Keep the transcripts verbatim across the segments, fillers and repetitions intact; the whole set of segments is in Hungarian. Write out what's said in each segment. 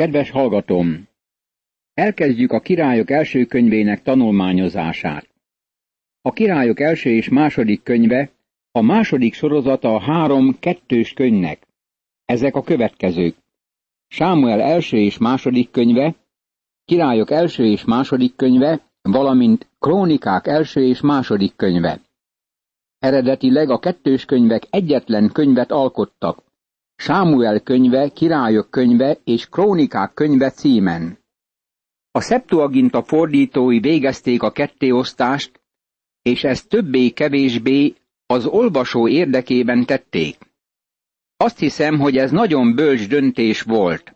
Kedves hallgatóm! Elkezdjük a Királyok első könyvének tanulmányozását. A Királyok első és második könyve a második sorozata a három kettős könyvnek. Ezek a következők: Sámuel első és második könyve, Királyok első és második könyve, valamint Krónikák első és második könyve. Eredetileg a kettős könyvek egyetlen könyvet alkottak, Sámuel könyve, Királyok könyve és Krónikák könyve címen. A Septuaginta fordítói végezték a kettéosztást, és ezt többé-kevésbé az olvasó érdekében tették. Azt hiszem, hogy ez nagyon bölcs döntés volt.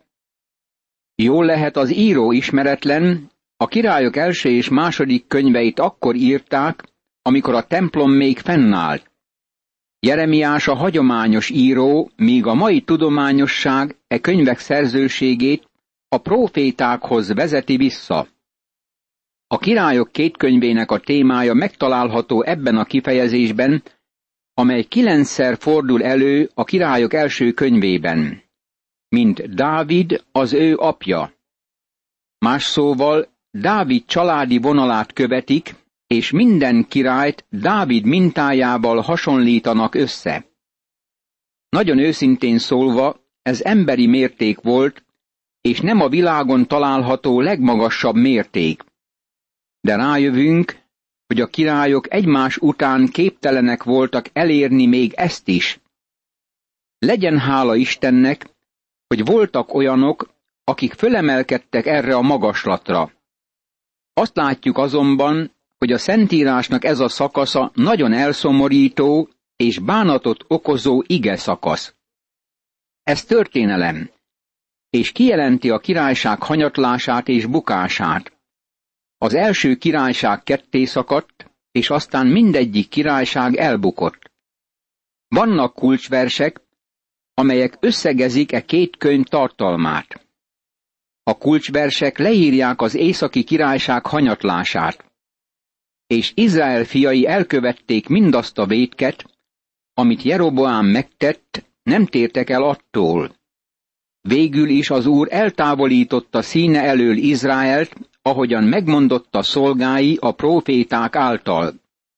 Jól lehet, az író ismeretlen, a Királyok első és második könyveit akkor írták, amikor a templom még fennállt. Jeremiás a hagyományos író, míg a mai tudományosság e könyvek szerzőségét a prófétákhoz vezeti vissza. A Királyok két könyvének a témája megtalálható ebben a kifejezésben, amely kilencszer fordul elő a Királyok első könyvében, mint Dávid az ő apja. Más szóval, Dávid családi vonalát követik, és minden királyt Dávid mintájával hasonlítanak össze. Nagyon őszintén szólva, ez emberi mérték volt, és nem a világon található legmagasabb mérték. De rájövünk, hogy a királyok egymás után képtelenek voltak elérni még ezt is. Legyen hála Istennek, hogy voltak olyanok, akik fölemelkedtek erre a magaslatra. Azt látjuk azonban, hogy a Szentírásnak ez a szakasza nagyon elszomorító és bánatot okozó ige szakasz. Ez történelem, és kijelenti a királyság hanyatlását és bukását. Az első királyság ketté szakadt, és aztán mindegyik királyság elbukott. Vannak kulcsversek, amelyek összegezik e két könyv tartalmát. A kulcsversek leírják az északi királyság hanyatlását, és Izrael fiai elkövették mindazt a vétket, amit Jeroboám megtett, nem tértek el attól. Végül is az Úr eltávolította színe elől Izraelt, ahogyan megmondotta szolgái a próféták által.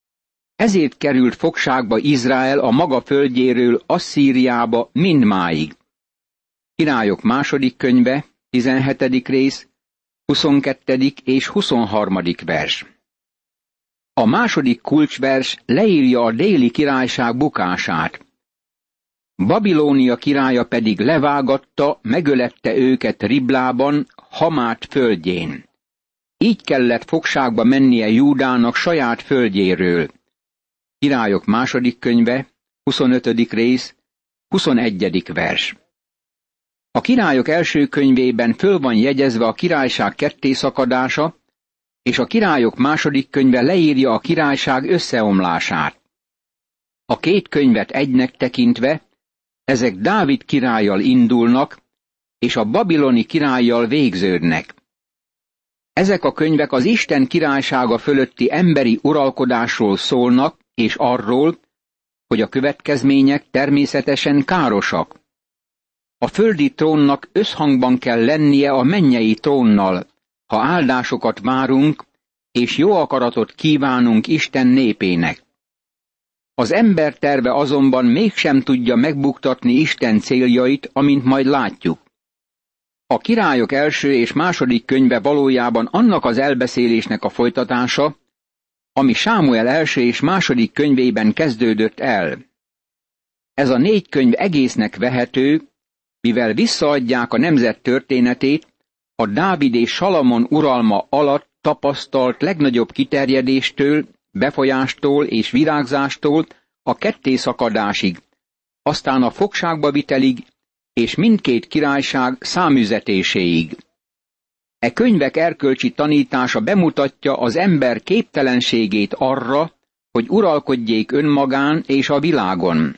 Ezért került fogságba Izrael a maga földjéről Asszíriába mindmáig. Királyok második könyve, tizenhetedik rész, huszonkettedik és huszonharmadik vers. A második kulcsvers leírja a déli királyság bukását. Babilónia királya pedig levágatta, megölette őket Riblában, Hamát földjén. Így kellett fogságba mennie Júdának saját földjéről. Királyok második könyve, huszonötödik rész, huszonegyedik vers. A Királyok első könyvében föl van jegyezve a királyság kettészakadása, és a Királyok második könyve leírja a királyság összeomlását. A két könyvet egynek tekintve, ezek Dávid királlyal indulnak, és a babiloni királlyal végződnek. Ezek a könyvek az Isten királysága fölötti emberi uralkodásról szólnak, és arról, hogy a következmények természetesen károsak. A földi trónnak összhangban kell lennie a mennyei trónnal, ha áldásokat várunk, és jó akaratot kívánunk Isten népének. Az ember terve azonban mégsem tudja megbuktatni Isten céljait, amint majd látjuk. A Királyok első és második könyve valójában annak az elbeszélésnek a folytatása, ami Sámuel első és második könyvében kezdődött el. Ez a négy könyv egésznek vehető, mivel visszaadják a nemzet történetét, a Dávid és Salamon uralma alatt tapasztalt legnagyobb kiterjedéstől, befolyástól és virágzástól a kettészakadásig, aztán a fogságba vitelig és mindkét királyság számüzetéséig. E könyvek erkölcsi tanítása bemutatja az ember képtelenségét arra, hogy uralkodjék önmagán és a világon.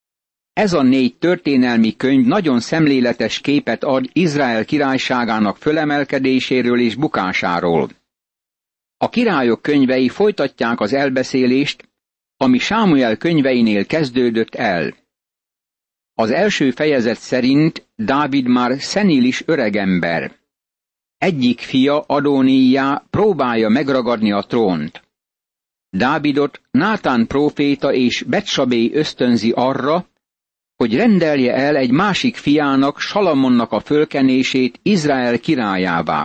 Ez a négy történelmi könyv nagyon szemléletes képet ad Izrael királyságának fölemelkedéséről és bukásáról. A királyok könyvei folytatják az elbeszélést, ami Sámuel könyveinél kezdődött el. Az első fejezet szerint Dávid már szenilis öregember. Egyik fia, Adóníjá, próbálja megragadni a trónt. Dávidot Nátán próféta és Betsabé ösztönzi arra, hogy rendelje el egy másik fiának, Salamonnak a fölkenését Izrael királyává.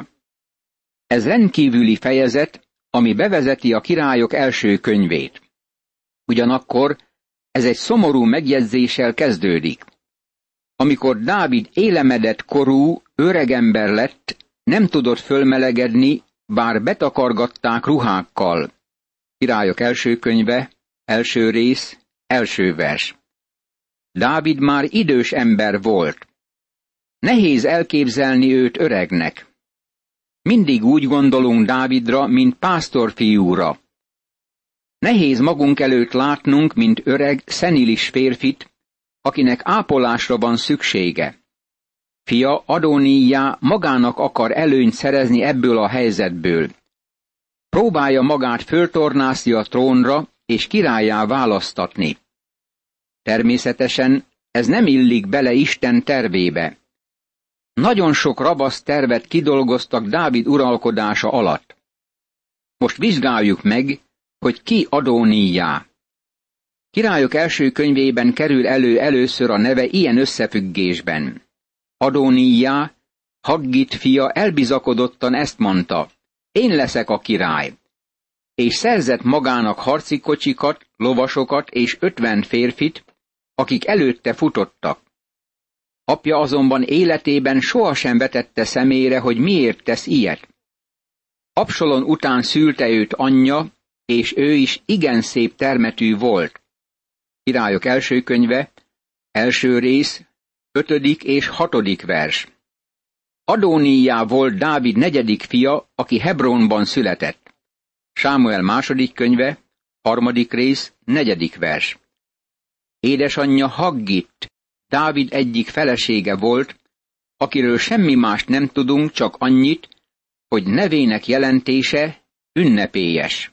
Ez rendkívüli fejezet, ami bevezeti a királyok első könyvét. Ugyanakkor ez egy szomorú megjegyzéssel kezdődik. Amikor Dávid élemedett korú, öregember lett, nem tudott fölmelegedni, bár betakargatták ruhákkal. Királyok első könyve, első rész, első vers. Dávid már idős ember volt. Nehéz elképzelni őt öregnek. Mindig úgy gondolunk Dávidra, mint pásztorfiúra. Nehéz magunk előtt látnunk, mint öreg, szenilis férfit, akinek ápolásra van szüksége. Fia, Adóníjá magának akar előnyt szerezni ebből a helyzetből. Próbálja magát föltornászni a trónra, és királlyá választatni. Természetesen ez nem illik bele Isten tervébe. Nagyon sok rabasz tervet kidolgoztak Dávid uralkodása alatt. Most vizsgáljuk meg, hogy ki Adóníjá. Királyok első könyvében kerül elő először a neve ilyen összefüggésben. Adóníjá, Haggit fia elbizakodottan ezt mondta: én leszek a király. És szerzett magának harci kocsikat, lovasokat és ötven férfit, akik előtte futottak. Apja azonban életében sohasem vetette szemére, hogy miért tesz ilyet. Absalom után szülte őt anyja, és ő is igen szép termetű volt. Királyok első könyve, első rész, ötödik és hatodik vers. Adóníjá volt Dávid negyedik fia, aki Hebronban született. Sámuel második könyve, harmadik rész, negyedik vers. Édesanyja Haggit, Dávid egyik felesége volt, akiről semmi mást nem tudunk, csak annyit, hogy nevének jelentése ünnepélyes.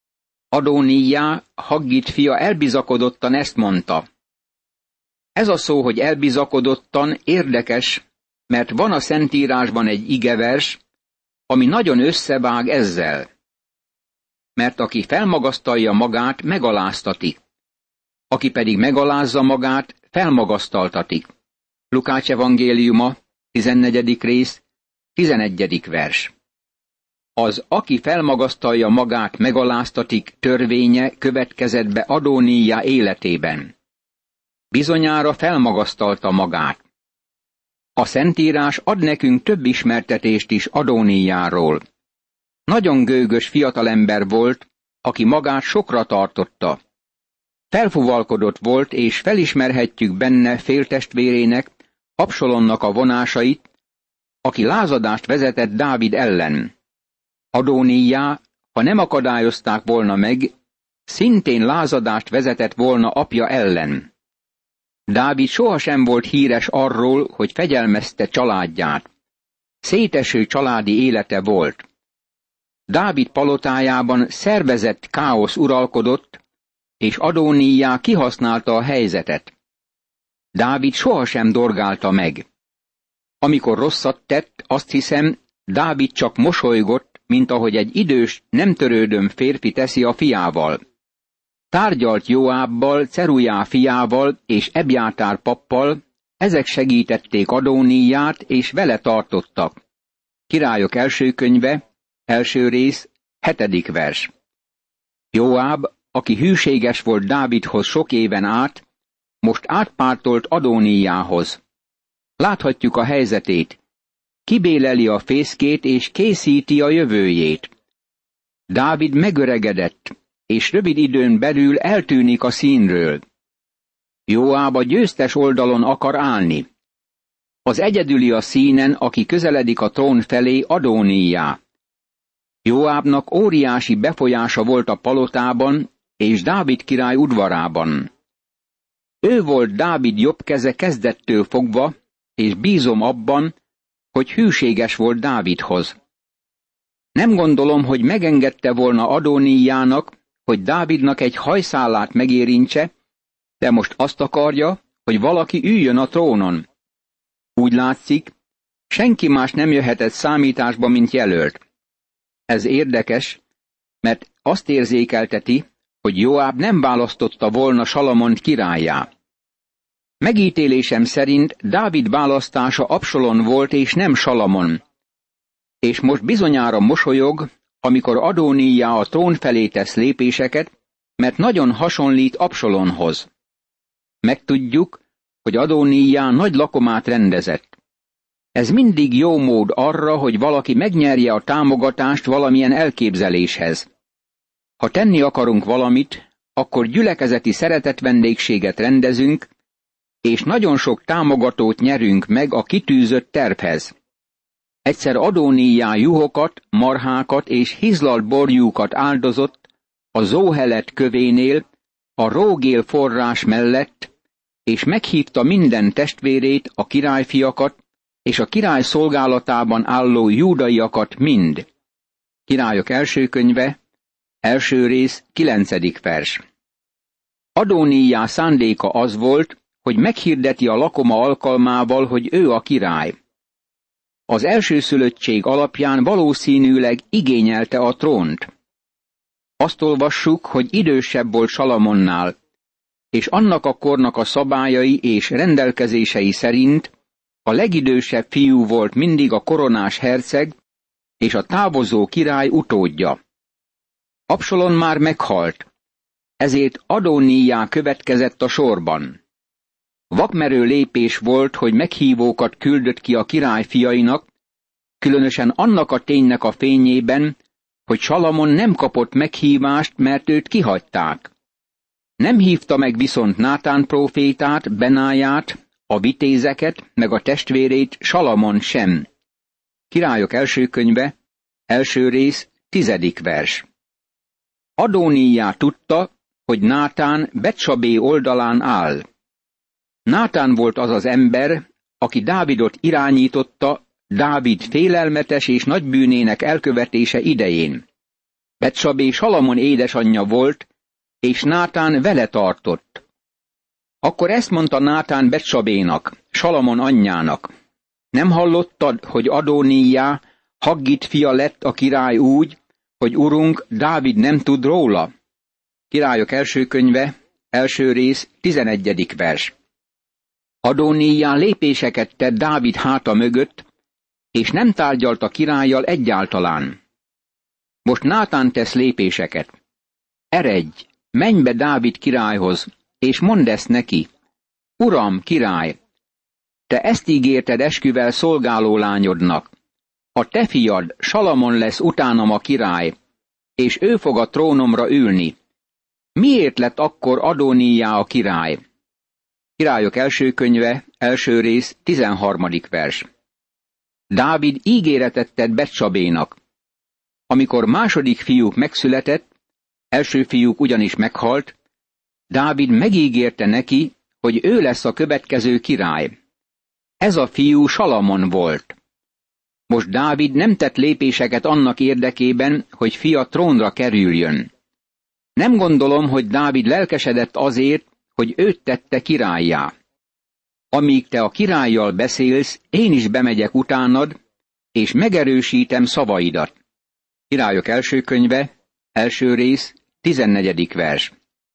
Adóníjá, Haggit fia elbizakodottan ezt mondta. Ez a szó, hogy elbizakodottan, érdekes, mert van a Szentírásban egy igevers, ami nagyon összevág ezzel. Mert aki felmagasztalja magát, megaláztatik. Aki pedig megalázza magát, felmagasztaltatik. Lukács evangéliuma, tizennegyedik rész, tizenegyedik vers. Az, aki felmagasztalja magát, megaláztatik törvénye következett be Adóníjá életében. Bizonyára felmagasztalta magát. A Szentírás ad nekünk több ismertetést is Adóníjáról. Nagyon gőgös fiatalember volt, aki magát sokra tartotta. Felfuvalkodott volt, és felismerhetjük benne féltestvérének, Absalomnak a vonásait, aki lázadást vezetett Dávid ellen. Adóníjá, ha nem akadályozták volna meg, szintén lázadást vezetett volna apja ellen. Dávid sohasem volt híres arról, hogy fegyelmezte családját. Széteső családi élete volt. Dávid palotájában szervezett káosz uralkodott, és Adóníjá kihasználta a helyzetet. Dávid sohasem dorgálta meg. Amikor rosszat tett, azt hiszem, Dávid csak mosolygott, mint ahogy egy idős, nem törődöm férfi teszi a fiával. Tárgyalt Joábbal, Cerujá fiával és Ebjátár pappal, ezek segítették Adóníját, és vele tartottak. Királyok első könyve, első rész, hetedik vers. Joáb, aki hűséges volt Dávidhoz sok éven át, most átpártolt Adóníjához. Láthatjuk a helyzetét. Kibéleli a fészkét és készíti a jövőjét. Dávid megöregedett, és rövid időn belül eltűnik a színről. Joáb a győztes oldalon akar állni. Az egyedüli a színen, aki közeledik a trón felé, Adóníjá. Joábnak óriási befolyása volt a palotában és Dávid király udvarában. Ő volt Dávid jobb keze kezdettől fogva, és bízom abban, hogy hűséges volt Dávidhoz. Nem gondolom, hogy megengedte volna Adóníjának, hogy Dávidnak egy hajszálát megérintse, de most azt akarja, hogy valaki üljön a trónon. Úgy látszik, senki más nem jöhetett számításba, mint jelölt. Ez érdekes, mert azt érzékelteti, hogy Joáb nem választotta volna Salamont királlyá. Megítélésem szerint Dávid választása Absalom volt, és nem Salamon. És most bizonyára mosolyog, amikor Adóníjá a trón felé tesz lépéseket, mert nagyon hasonlít Absalomhoz. Megtudjuk, hogy Adóníjá nagy lakomát rendezett. Ez mindig jó mód arra, hogy valaki megnyerje a támogatást valamilyen elképzeléshez. Ha tenni akarunk valamit, akkor gyülekezeti szeretetvendégséget rendezünk, és nagyon sok támogatót nyerünk meg a kitűzött tervhez. Egyszer Adóníjá juhokat, marhákat és hizlalt borjúkat áldozott a Zóhelet kövénél, a Rógél forrás mellett, és meghívta minden testvérét, a királyfiakat, és a király szolgálatában álló júdaiakat mind. Királyok első könyve, első rész, kilencedik vers. Adóníjá szándéka az volt, hogy meghirdeti a lakoma alkalmával, hogy ő a király. Az elsőszülöttség alapján valószínűleg igényelte a trónt. Azt olvassuk, hogy idősebb volt Salamonnál, és annak a kornak a szabályai és rendelkezései szerint a legidősebb fiú volt mindig a koronás herceg, és a távozó király utódja. Absalom már meghalt, ezért Adóníjá következett a sorban. Vakmerő lépés volt, hogy meghívókat küldött ki a király fiainak, különösen annak a ténynek a fényében, hogy Salamon nem kapott meghívást, mert őt kihagyták. Nem hívta meg viszont Nátán prófétát, Benáját, a vitézeket, meg a testvérét, Salamon sem. Királyok első könyve, első rész, tizedik vers. Adóníjá tudta, hogy Nátán Betsabé oldalán áll. Nátán volt az az ember, aki Dávidot irányította Dávid félelmetes és nagy bűnének elkövetése idején. Betsabé Salamon édesanyja volt, és Nátán vele tartott. Akkor ezt mondta Nátán Betsabénak, Salamon anyjának: nem hallottad, hogy Adóníjá, Haggit fia lett a király úgy, hogy urunk Dávid nem tud róla? Királyok első könyve, első rész, tizenegyedik vers. Adóníjá lépéseket tett Dávid háta mögött, és nem tárgyalt a királlyal egyáltalán. Most Nátán tesz lépéseket. Eredj, menj be Dávid királyhoz, és mondd ezt neki: Uram, király, te ezt ígérted esküvel szolgáló lányodnak. A te fiad, Salamon lesz utánam a király, és ő fog a trónomra ülni. Miért lett akkor Adóníjá a király? Királyok első könyve, első rész, tizenharmadik vers. Dávid ígéretet tett Betsabénak. Amikor második fiúk megszületett, első fiúk ugyanis meghalt, Dávid megígérte neki, hogy ő lesz a következő király. Ez a fiú Salamon volt. Most Dávid nem tett lépéseket annak érdekében, hogy fia trónra kerüljön. Nem gondolom, hogy Dávid lelkesedett azért, hogy őt tette királlyá. Amíg te a királlyal beszélsz, én is bemegyek utánad, és megerősítem szavaidat. Királyok első könyve, első rész, tizennegyedik vers.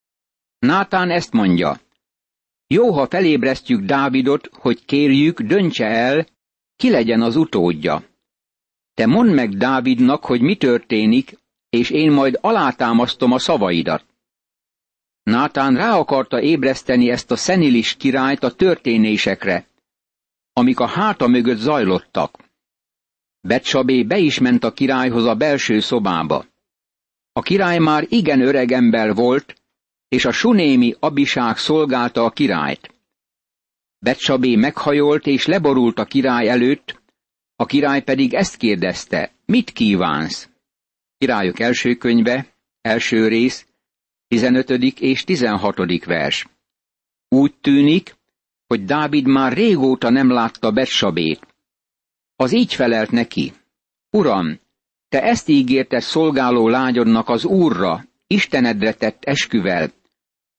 Nátán ezt mondja: jó, ha felébresztjük Dávidot, hogy kérjük, döntse el, ki legyen az utódja. Te mondd meg Dávidnak, hogy mi történik, és én majd alátámasztom a szavaidat. Nátán rá akarta ébreszteni ezt a szenilis királyt a történésekre, amik a háta mögött zajlottak. Betsabé be is ment a királyhoz a belső szobába. A király már igen öreg ember volt, és a sunémi Abiság szolgálta a királyt. Betsabé meghajolt és leborult a király előtt, a király pedig ezt kérdezte: mit kívánsz? Királyok első könyve, első rész, tizenötödik és tizenhatodik vers. Úgy tűnik, hogy Dávid már régóta nem látta Betsabét. Az így felelt neki: Uram, te ezt ígérted szolgáló lányodnak az Úrra, Istenedre tett esküvel,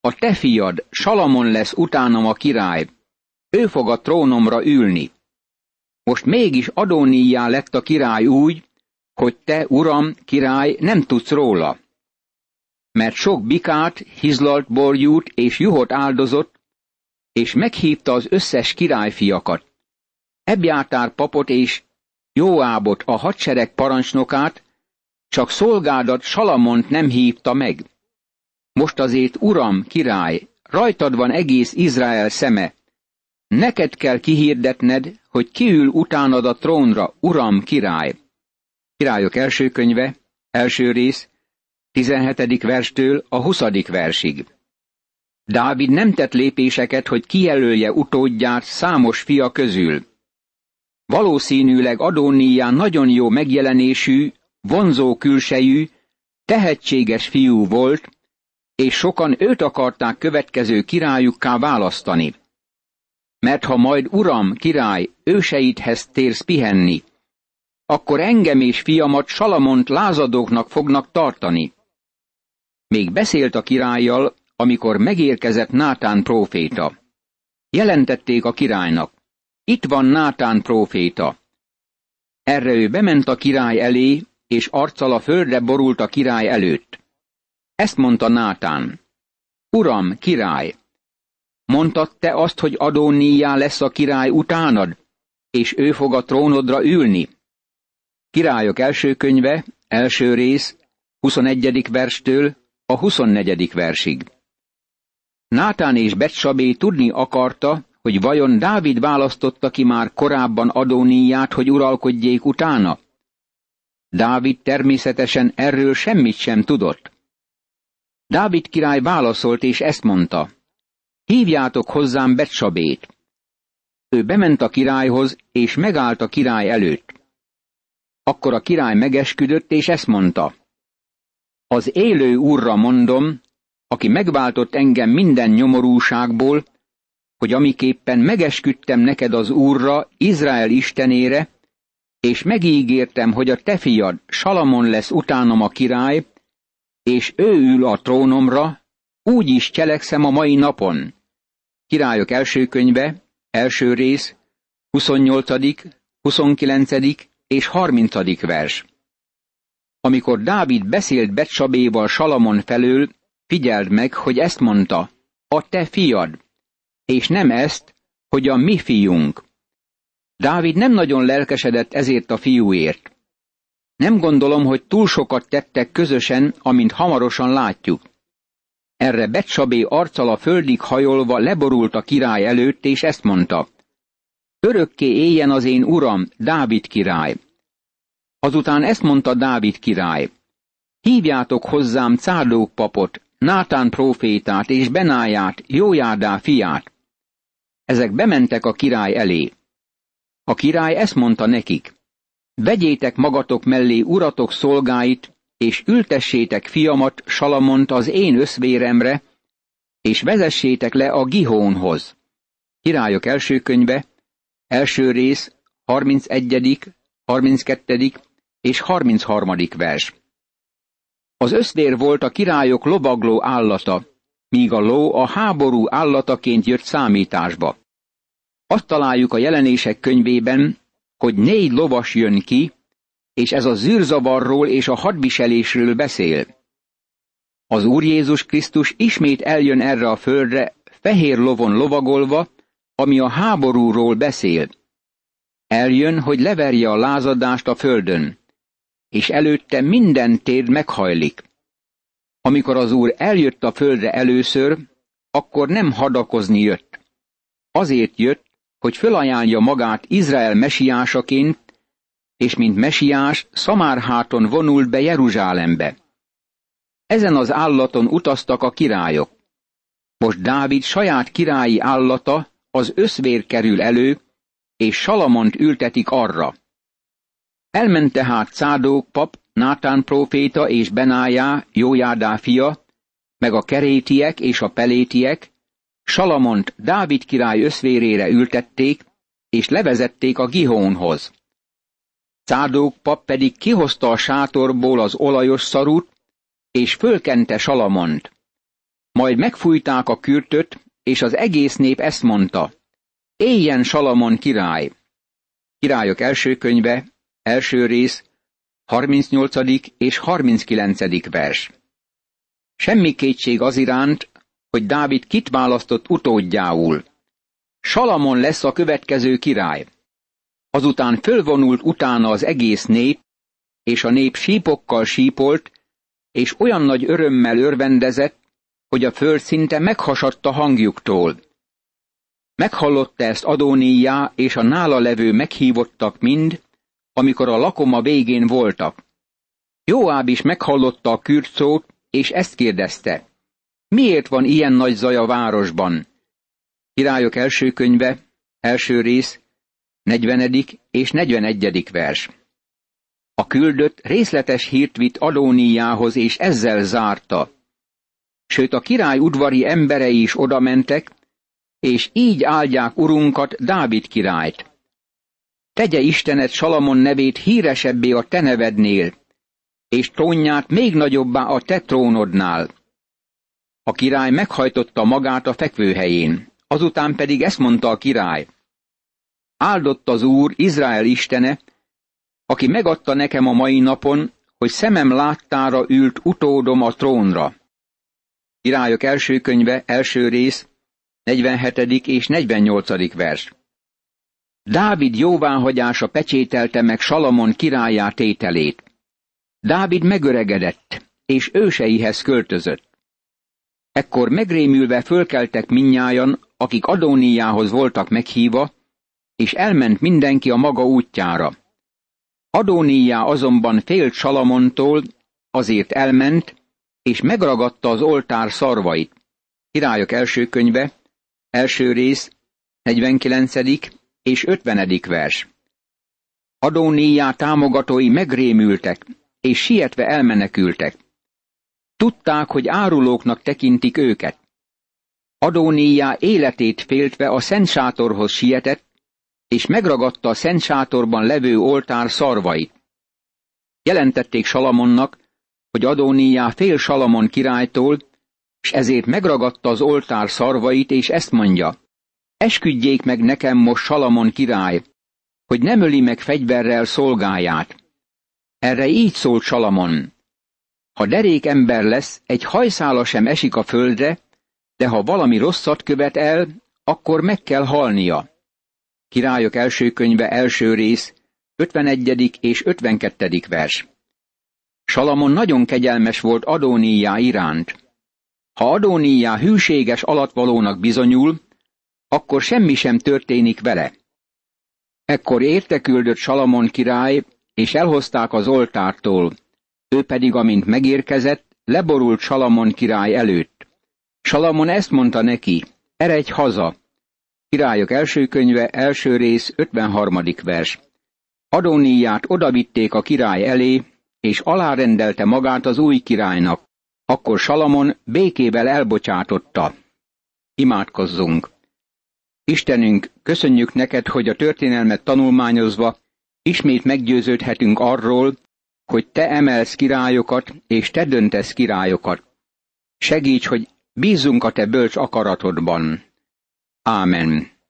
a te fiad, Salamon lesz utánam a király, ő fog a trónomra ülni. Most mégis Adóníjá lett a király úgy, hogy te, uram, király, nem tudsz róla. Mert sok bikát, hizlalt borjút és juhot áldozott, és meghívta az összes királyfiakat, Ebjátár papot és Jóábot, a hadsereg parancsnokát, csak szolgádat Salamont nem hívta meg. Most azért, uram, király, rajtad van egész Izrael szeme. Neked kell kihirdetned, hogy kiül utánad a trónra, uram, király. Királyok első könyve, első rész, tizenhetedik verstől a huszadik versig. Dávid nem tett lépéseket, hogy kijelölje utódját számos fia közül. Valószínűleg Adóníján nagyon jó megjelenésű, vonzó külsejű, tehetséges fiú volt, és sokan őt akarták következő királyukká választani. Mert ha majd, uram, király, őseidhez térsz pihenni, akkor engem és fiamat, Salamont lázadóknak fognak tartani. Még beszélt a királlyal, amikor megérkezett Nátán próféta. Jelentették a királynak: itt van Nátán próféta. Erre ő bement a király elé, és arccal a földre borult a király előtt. Ezt mondta Nátán: uram, király, mondtad te azt, hogy Adóníjá lesz a király utánad, és ő fog a trónodra ülni? Királyok első könyve, első rész, huszonegyedik verstől a huszonnegyedik versig. Nátán és Betsabé tudni akarta, hogy vajon Dávid választotta ki már korábban Adóníját, hogy uralkodjék utána. Dávid természetesen erről semmit sem tudott. Dávid király válaszolt, és ezt mondta: hívjátok hozzám Betsabét. Ő bement a királyhoz, és megállt a király előtt. Akkor a király megesküdött, és ezt mondta: az élő Úrra mondom, aki megváltott engem minden nyomorúságból, hogy amiképpen megesküdtem neked az Úrra, Izrael istenére, és megígértem, hogy a te fiad, Salamon lesz utánam a király, és ő ül a trónomra, úgy is cselekszem a mai napon. Királyok első könyve, első rész, huszonnyolcadik, huszonkilencedik és harmincadik vers. Amikor Dávid beszélt Betsabéval Salamon felől, figyeld meg, hogy ezt mondta: a te fiad, és nem ezt, hogy a mi fiunk. Dávid nem nagyon lelkesedett ezért a fiúért. Nem gondolom, hogy túl sokat tettek közösen, amint hamarosan látjuk. Erre Betsabé arccal a földig hajolva leborult a király előtt, és ezt mondta: örökké éljen az én uram, Dávid király. Azután ezt mondta Dávid király: hívjátok hozzám Cádók papot, Nátán prófétát és Benáját, Jójádá fiát. Ezek bementek a király elé. A király ezt mondta nekik: vegyétek magatok mellé uratok szolgáit, és ültessétek fiamat, Salamont az én összvéremre, és vezessétek le a Gihónhoz. Királyok első könyve, első rész, harmincegyedik, harminckettedik és harmincharmadik vers. Az összvér volt a királyok lovagló állata, míg a ló a háború állataként jött számításba. Azt találjuk a Jelenések könyvében, hogy négy lovas jön ki, és ez a zűrzavarról és a hadviselésről beszél. Az Úr Jézus Krisztus ismét eljön erre a földre, fehér lovon lovagolva, ami a háborúról beszél. Eljön, hogy leverje a lázadást a földön, és előtte minden térd meghajlik. Amikor az Úr eljött a földre először, akkor nem hadakozni jött. Azért jött, hogy fölajánlja magát Izrael mesiásaként, és mint mesiás szamárháton vonult be Jeruzsálembe. Ezen az állaton utaztak a királyok. Most Dávid saját királyi állata, az összvér kerül elő, és Salamont ültetik arra. Elment tehát Cádók pap, Nátán próféta és Benájá, Jójádá fia, meg a kerétiek és a pelétiek, Salamont Dávid király összvérére ültették, és levezették a Gihónhoz. Cádók pap pedig kihozta a sátorból az olajos szarút, és fölkente Salamont. Majd megfújták a kürtöt, és az egész nép ezt mondta: éljen Salamon király! Királyok első könyve, első rész, harmincnyolcadik és harminckilencedik vers. Semmi kétség az iránt, hogy Dávid kit választott utódjául. Salamon lesz a következő király. Azután fölvonult utána az egész nép, és a nép sípokkal sípolt, és olyan nagy örömmel örvendezett, hogy a föld szinte meghasadt hangjuktól. Meghallotta ezt Adóníjá és a nála levő meghívottak mind, amikor a lakoma végén voltak. Jóáb is meghallotta a kürtszót, és ezt kérdezte: miért van ilyen nagy zaj a városban? Királyok első könyve, első rész, negyvenedik és negyvenegyedik vers. A küldött részletes hírt vitt Adóníjához, és ezzel zárta. Sőt, a király udvari emberei is odamentek, és így áldják urunkat, Dávid királyt. Tegye Istened Salamon nevét híresebbé a te nevednél, és trónját még nagyobbá a te trónodnál. A király meghajtotta magát a fekvőhelyén, azután pedig ezt mondta a király: áldott az Úr, Izrael istene, aki megadta nekem a mai napon, hogy szemem láttára ült utódom a trónra. Királyok első könyve, első rész, negyvenhetedik és negyvennyolcadik vers. Dávid jóváhagyása pecsételte meg Salamon királlyá tételét. Dávid megöregedett, és őseihez költözött. Ekkor megrémülve fölkeltek mindnyájan, akik Adóníjához voltak meghívva, és elment mindenki a maga útjára. Adóníjá azonban félt Salamontól, azért elment, és megragadta az oltár szarvait. Királyok első könyve, első rész, negyvenkilencedik és ötvenedik vers. Adóníjá támogatói megrémültek, és sietve elmenekültek. Tudták, hogy árulóknak tekintik őket. Adóníjá életét féltve a szent sátorhoz sietett, és megragadta a szent sátorban levő oltár szarvait. Jelentették Salamonnak, hogy Adóníjá fél Salamon királytól, és ezért megragadta az oltár szarvait, és ezt mondja: esküdjék meg nekem most Salamon király, hogy nem öli meg fegyverrel szolgáját. Erre így szólt Salamon: ha derék ember lesz, egy hajszála sem esik a földre, de ha valami rosszat követ el, akkor meg kell halnia. Királyok első könyve, első rész, ötvenegyedik és ötvenkettedik vers. Salamon nagyon kegyelmes volt Adóníjá iránt. Ha Adóníjá hűséges alattvalónak bizonyul, akkor semmi sem történik vele. Ekkor érteküldött Salamon király, és elhozták az oltártól. Ő pedig, amint megérkezett, leborult Salamon király előtt. Salamon ezt mondta neki: eredj haza! Királyok első könyve, első rész, ötvenharmadik vers. Adóníját odavitték a király elé, és alárendelte magát az új királynak. Akkor Salamon békével elbocsátotta. Imádkozzunk! Istenünk, köszönjük neked, hogy a történelmet tanulmányozva ismét meggyőződhetünk arról, hogy te emelsz királyokat, és te döntesz királyokat. Segíts, hogy bízzunk a te bölcs akaratodban. Ámen.